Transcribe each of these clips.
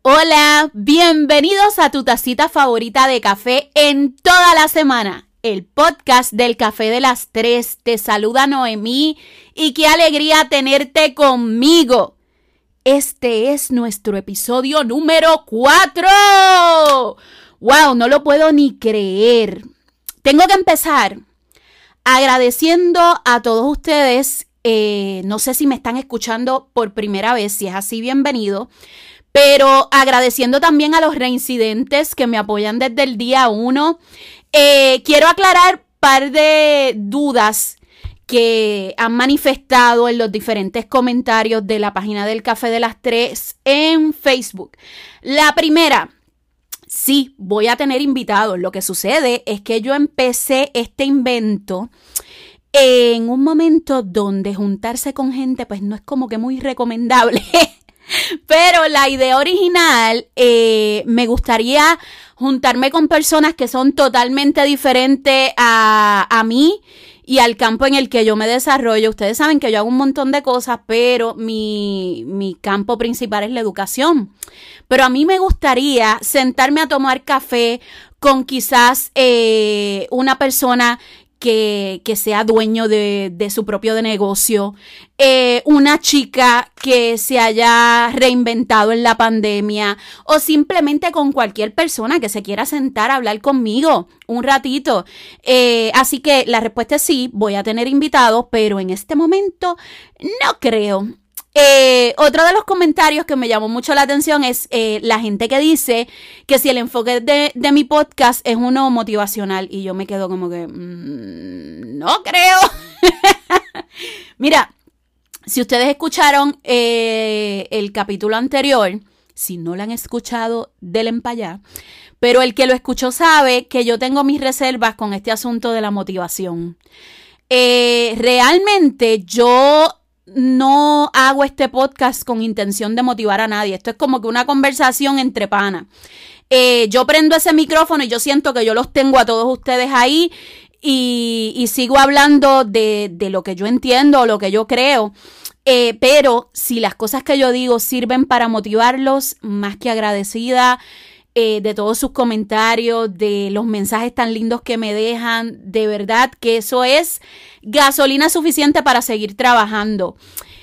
Hola, bienvenidos a tu tacita favorita de café en toda la semana. El podcast del Café de las 3. Te saluda Noemí y qué alegría tenerte conmigo. Este es nuestro episodio número 4. ¡Wow! No lo puedo ni creer. Tengo que empezar agradeciendo a todos ustedes. No sé si me están escuchando por primera vez. Si es así, bienvenido. Pero agradeciendo también a los reincidentes que me apoyan desde el día 1. Quiero aclarar un par de dudas que han manifestado en los diferentes comentarios de la página del Café de las 3 en Facebook. La primera, sí, voy a tener invitados. Lo que sucede es que yo empecé este invento en un momento donde juntarse con gente pues no es como que muy recomendable. Pero la idea original, me gustaría juntarme con personas que son totalmente diferentes a mí y al campo en el que yo me desarrollo. Ustedes saben que yo hago un montón de cosas, pero mi campo principal es la educación. Pero a mí me gustaría sentarme a tomar café con quizás una persona que sea dueño de su propio negocio, una chica que se haya reinventado en la pandemia o simplemente con cualquier persona que se quiera sentar a hablar conmigo un ratito. Así que la respuesta es sí, voy a tener invitados, pero en este momento no creo. Otro de los comentarios que me llamó mucho la atención es la gente que dice que si el enfoque de mi podcast es uno motivacional, y yo me quedo como que no creo. Mira, si ustedes escucharon el capítulo anterior, si no lo han escuchado, denle para allá. Pero el que lo escuchó sabe que yo tengo mis reservas con este asunto de la motivación. Realmente yo no hago este podcast con intención de motivar a nadie. Esto es como que una conversación entre panas. Yo prendo ese micrófono y yo siento que yo los tengo a todos ustedes ahí y sigo hablando de lo que yo entiendo o lo que yo creo. Pero si las cosas que yo digo sirven para motivarlos, más que agradecida de todos sus comentarios, de los mensajes tan lindos que me dejan, de verdad que eso es gasolina suficiente para seguir trabajando.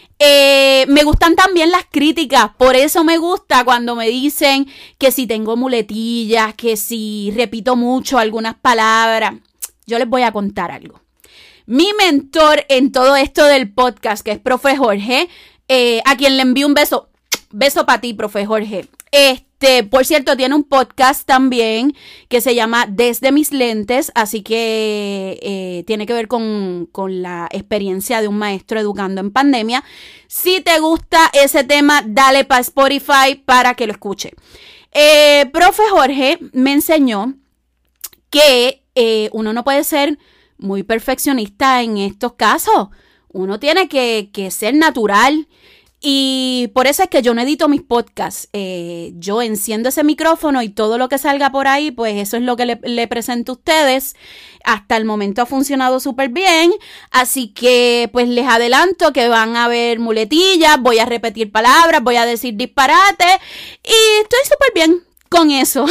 Me gustan también las críticas, por eso me gusta cuando me dicen que si tengo muletillas, que si repito mucho algunas palabras. Yo les voy a contar algo. Mi mentor en todo esto del podcast, que es Profe Jorge, a quien le envío un beso para ti, Profe Jorge. Por cierto, tiene un podcast también que se llama Desde mis lentes, así que tiene que ver con la experiencia de un maestro educando en pandemia. Si te gusta ese tema, dale para Spotify para que lo escuche. Profe Jorge me enseñó que uno no puede ser muy perfeccionista en estos casos. Uno tiene que ser natural. Y por eso es que yo no edito mis podcasts. Yo enciendo ese micrófono y todo lo que salga por ahí, pues eso es lo que le presento a ustedes. Hasta el momento ha funcionado súper bien. Así que pues les adelanto que van a haber muletillas, voy a repetir palabras, voy a decir disparates. Y estoy súper bien con eso.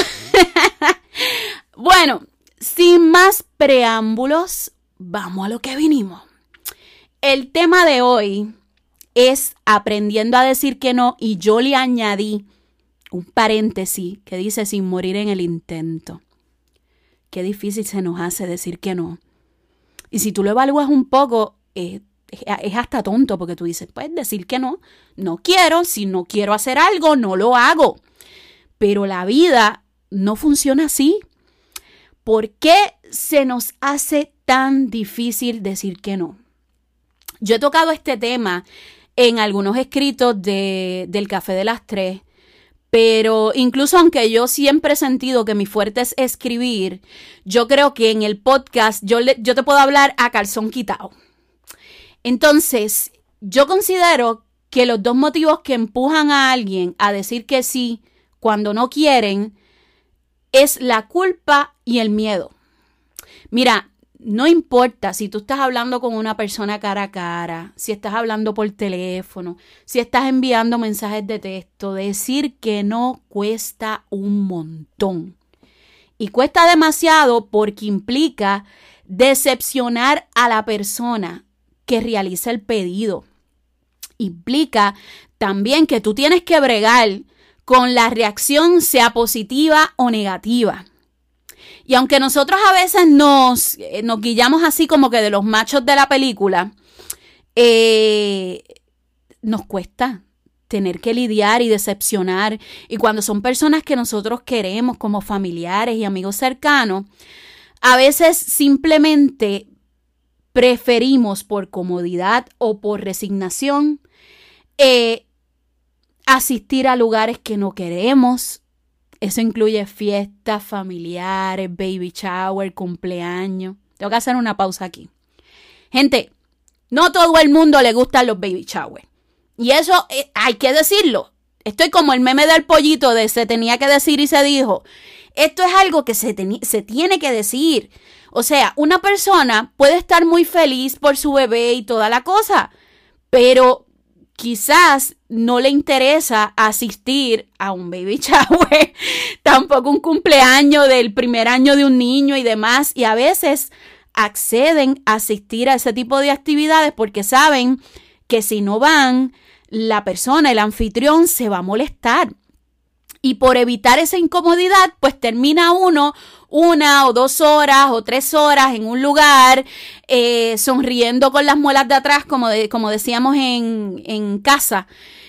Bueno, sin más preámbulos, vamos a lo que vinimos. El tema de hoy es aprendiendo a decir que no, y yo le añadí un paréntesis que dice sin morir en el intento. Qué difícil se nos hace decir que no. Y si tú lo evalúas un poco, es hasta tonto porque tú dices, pues decir que no, no quiero, si no quiero hacer algo, no lo hago. Pero la vida no funciona así. ¿Por qué se nos hace tan difícil decir que no? Yo he tocado este tema en algunos escritos del Café de las 3, pero incluso aunque yo siempre he sentido que mi fuerte es escribir, yo creo que en el podcast yo te puedo hablar a calzón quitado. Entonces, yo considero que los dos motivos que empujan a alguien a decir que sí cuando no quieren es la culpa y el miedo. Mira, no importa si tú estás hablando con una persona cara a cara, si estás hablando por teléfono, si estás enviando mensajes de texto, decir que no cuesta un montón. Y cuesta demasiado porque implica decepcionar a la persona que realiza el pedido. Implica también que tú tienes que bregar con la reacción, sea positiva o negativa. Y aunque nosotros a veces nos guiamos así como que de los machos de la película, nos cuesta tener que lidiar y decepcionar. Y cuando son personas que nosotros queremos como familiares y amigos cercanos, a veces simplemente preferimos por comodidad o por resignación asistir a lugares que no queremos. Eso incluye fiestas familiares, baby shower, cumpleaños. Tengo que hacer una pausa aquí. Gente, no todo el mundo le gustan los baby shower. Y eso hay que decirlo. Estoy como el meme del pollito de se tenía que decir y se dijo. Esto es algo que se tiene que decir. O sea, una persona puede estar muy feliz por su bebé y toda la cosa, pero quizás no le interesa asistir a un baby shower, tampoco un cumpleaños del primer año de un niño y demás. Y a veces acceden a asistir a ese tipo de actividades porque saben que si no van, la persona, el anfitrión, se va a molestar. Y por evitar esa incomodidad, pues termina uno 1 o 2 horas o 3 horas en un lugar, sonriendo con las muelas de atrás, como decíamos en casa.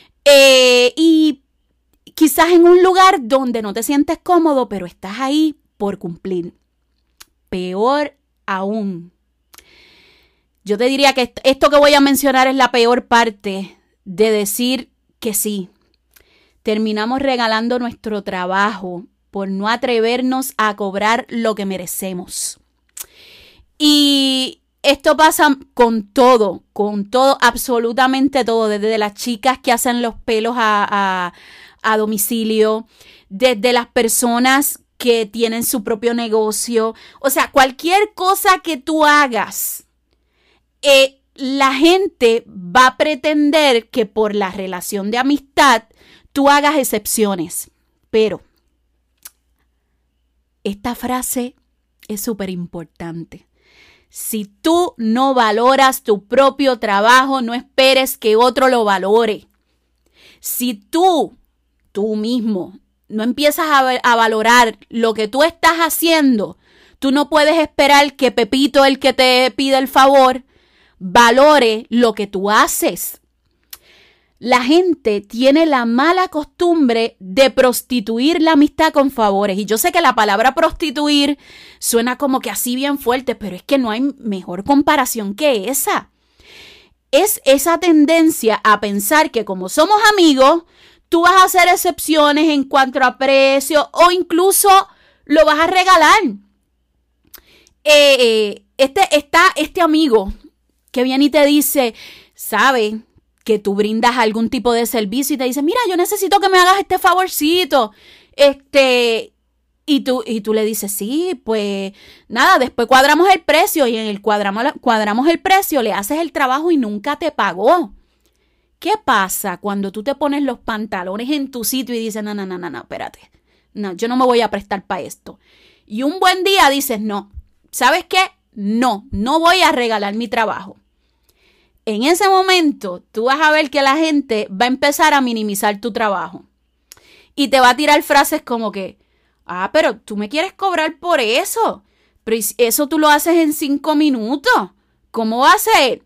Y quizás en un lugar donde no te sientes cómodo, pero estás ahí por cumplir. Peor aún. Yo te diría que esto que voy a mencionar es la peor parte de decir que sí. Terminamos regalando nuestro trabajo por no atrevernos a cobrar lo que merecemos. Y esto pasa con todo, absolutamente todo, desde las chicas que hacen los pelos a domicilio, desde las personas que tienen su propio negocio. O sea, cualquier cosa que tú hagas, la gente va a pretender que por la relación de amistad tú hagas excepciones. Pero esta frase es súper importante. Si tú no valoras tu propio trabajo, no esperes que otro lo valore. Si tú mismo no empiezas a valorar lo que tú estás haciendo, tú no puedes esperar que Pepito, el que te pide el favor, valore lo que tú haces. La gente tiene la mala costumbre de prostituir la amistad con favores. Y yo sé que la palabra prostituir suena como que así bien fuerte, pero es que no hay mejor comparación que esa. Es esa tendencia a pensar que como somos amigos, tú vas a hacer excepciones en cuanto a precio o incluso lo vas a regalar. Este amigo que viene y te dice, sabe que tú brindas algún tipo de servicio y te dice, mira, yo necesito que me hagas este favorcito. Y tú le dices, sí, pues nada, después cuadramos el precio y en el cuadramos el precio, le haces el trabajo y nunca te pagó. ¿Qué pasa cuando tú te pones los pantalones en tu sitio y dices, no, espérate, no, yo no me voy a prestar para esto? Y un buen día dices, no, ¿sabes qué? No voy a regalar mi trabajo. En ese momento, tú vas a ver que la gente va a empezar a minimizar tu trabajo. Y te va a tirar frases como que, pero tú me quieres cobrar por eso. Pero eso tú lo haces en 5 minutos. ¿Cómo va a ser?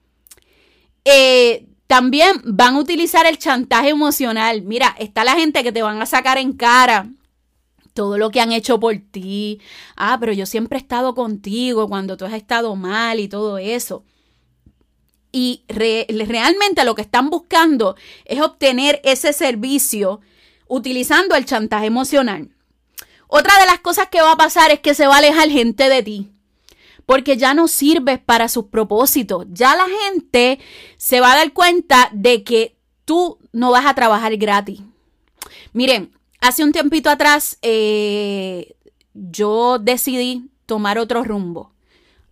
También van a utilizar el chantaje emocional. Mira, está la gente que te van a sacar en cara todo lo que han hecho por ti. Pero yo siempre he estado contigo cuando tú has estado mal y todo eso. Y realmente lo que están buscando es obtener ese servicio utilizando el chantaje emocional. Otra de las cosas que va a pasar es que se va a alejar gente de ti, porque ya no sirves para sus propósitos. Ya la gente se va a dar cuenta de que tú no vas a trabajar gratis. Miren, hace un tiempito atrás yo decidí tomar otro rumbo.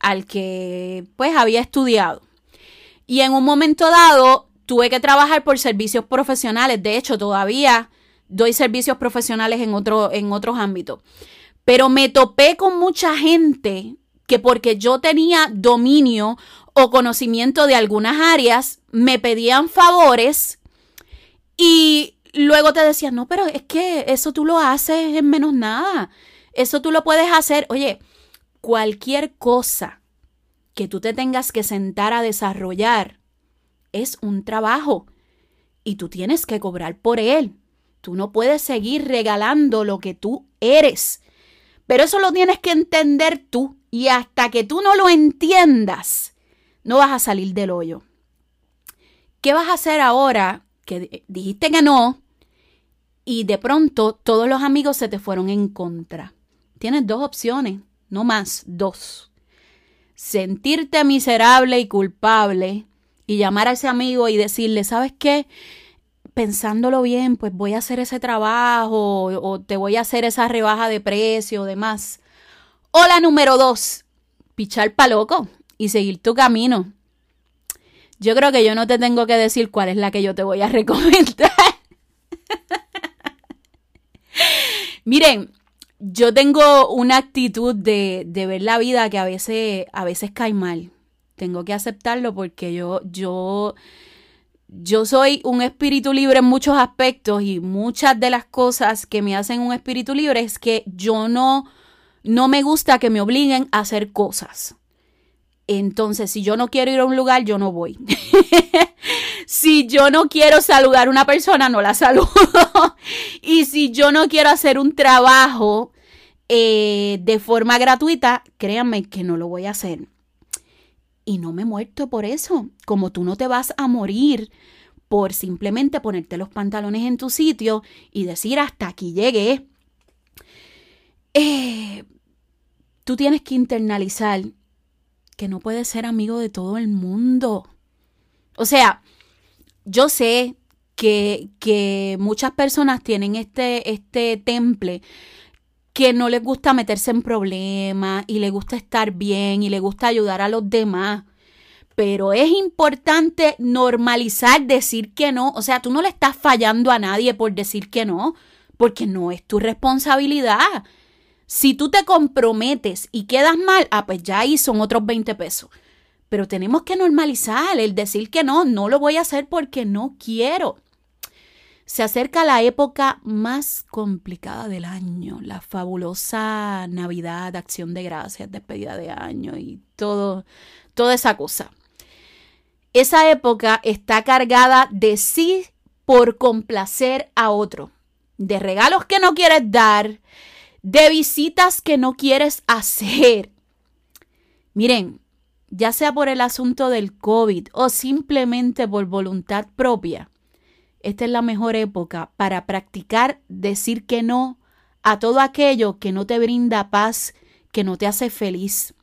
al que pues había estudiado. Y en un momento dado tuve que trabajar por servicios profesionales. De hecho, todavía doy servicios profesionales en otros ámbitos. Pero me topé con mucha gente que porque yo tenía dominio o conocimiento de algunas áreas, me pedían favores y luego te decían, no, pero es que eso tú lo haces en menos nada. Eso tú lo puedes hacer. Oye, cualquier cosa que tú te tengas que sentar a desarrollar es un trabajo y tú tienes que cobrar por él. Tú no puedes seguir regalando lo que tú eres. Pero eso lo tienes que entender tú. Y hasta que tú no lo entiendas, no vas a salir del hoyo. ¿Qué vas a hacer ahora que dijiste que no y de pronto todos los amigos se te fueron en contra? Tienes dos opciones, no más, dos. Sentirte miserable y culpable y llamar a ese amigo y decirle, ¿sabes qué? Pensándolo bien, pues voy a hacer ese trabajo o te voy a hacer esa rebaja de precio o demás. O la número 2, pichar pa' loco y seguir tu camino. Yo creo que yo no te tengo que decir cuál es la que yo te voy a recomendar. Miren, yo tengo una actitud de ver la vida que a veces cae mal. Tengo que aceptarlo porque yo soy un espíritu libre en muchos aspectos y muchas de las cosas que me hacen un espíritu libre es que yo no me gusta que me obliguen a hacer cosas. Entonces, si yo no quiero ir a un lugar, yo no voy. Si yo no quiero saludar a una persona, no la saludo. Y si yo no quiero hacer un trabajo de forma gratuita, créanme que no lo voy a hacer. Y no me he muerto por eso. Como tú no te vas a morir por simplemente ponerte los pantalones en tu sitio y decir hasta aquí llegué. Tú tienes que internalizar que no puedes ser amigo de todo el mundo. O sea, yo sé que muchas personas tienen este temple que no les gusta meterse en problemas y les gusta estar bien y les gusta ayudar a los demás. Pero es importante normalizar decir que no. O sea, tú no le estás fallando a nadie por decir que no, porque no es tu responsabilidad. Si tú te comprometes y quedas mal, pues ya ahí son otros 20 pesos. Pero tenemos que normalizar el decir que no lo voy a hacer porque no quiero. Se acerca la época más complicada del año, la fabulosa Navidad, Acción de Gracias, despedida de año y toda esa cosa. Esa época está cargada de sí por complacer a otro, de regalos que no quieres dar, de visitas que no quieres hacer. Miren, ya sea por el asunto del COVID o simplemente por voluntad propia, esta es la mejor época para practicar decir que no a todo aquello que no te brinda paz, que no te hace feliz.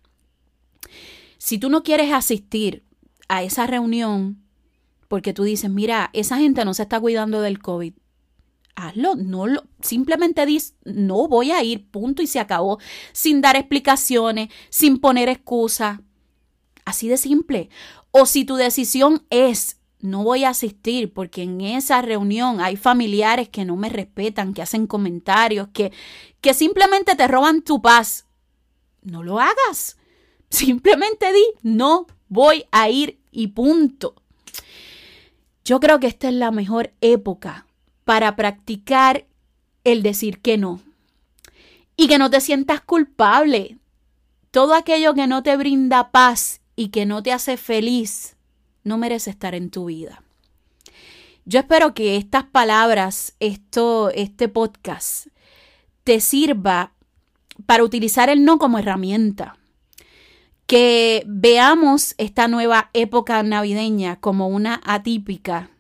Si tú no quieres asistir a esa reunión porque tú dices, mira, esa gente no se está cuidando del COVID, hazlo, simplemente dices, no voy a ir, punto y se acabó, sin dar explicaciones, sin poner excusas, así de simple. O si tu decisión es, no voy a asistir porque en esa reunión hay familiares que no me respetan, que hacen comentarios, que simplemente te roban tu paz, no lo hagas, simplemente di, no voy a ir y punto. Yo creo que esta es la mejor época para practicar el decir que no. Y que no te sientas culpable. Todo aquello que no te brinda paz y que no te hace feliz, no merece estar en tu vida. Yo espero que estas palabras, este podcast, te sirva para utilizar el no como herramienta. Que veamos esta nueva época navideña como una atípica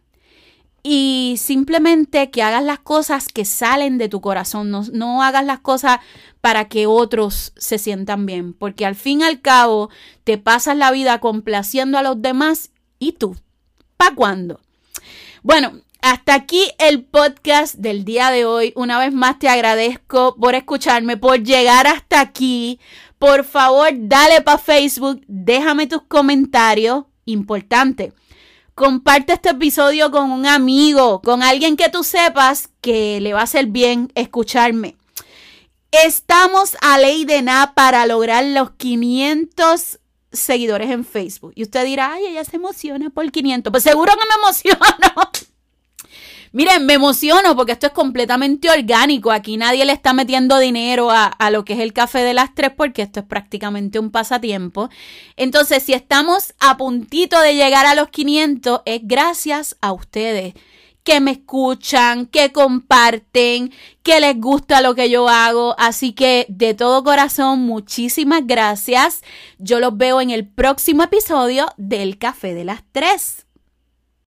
y simplemente que hagas las cosas que salen de tu corazón, no hagas las cosas para que otros se sientan bien, porque al fin y al cabo te pasas la vida complaciendo a los demás y tú, ¿para cuándo? Bueno, hasta aquí el podcast del día de hoy. Una vez más te agradezco por escucharme, por llegar hasta aquí. Por favor, dale para Facebook, déjame tus comentarios. Importante, comparte este episodio con un amigo, con alguien que tú sepas que le va a hacer bien escucharme. Estamos a ley de nada para lograr los 500 seguidores en Facebook. Y usted dirá, ay, ella se emociona por 500. Pues seguro que me emociono. Miren, me emociono porque esto es completamente orgánico. Aquí nadie le está metiendo dinero a lo que es el Café de las 3 porque esto es prácticamente un pasatiempo. Entonces, si estamos a puntito de llegar a los 500, es gracias a ustedes que me escuchan, que comparten, que les gusta lo que yo hago. Así que de todo corazón, muchísimas gracias. Yo los veo en el próximo episodio del Café de las 3.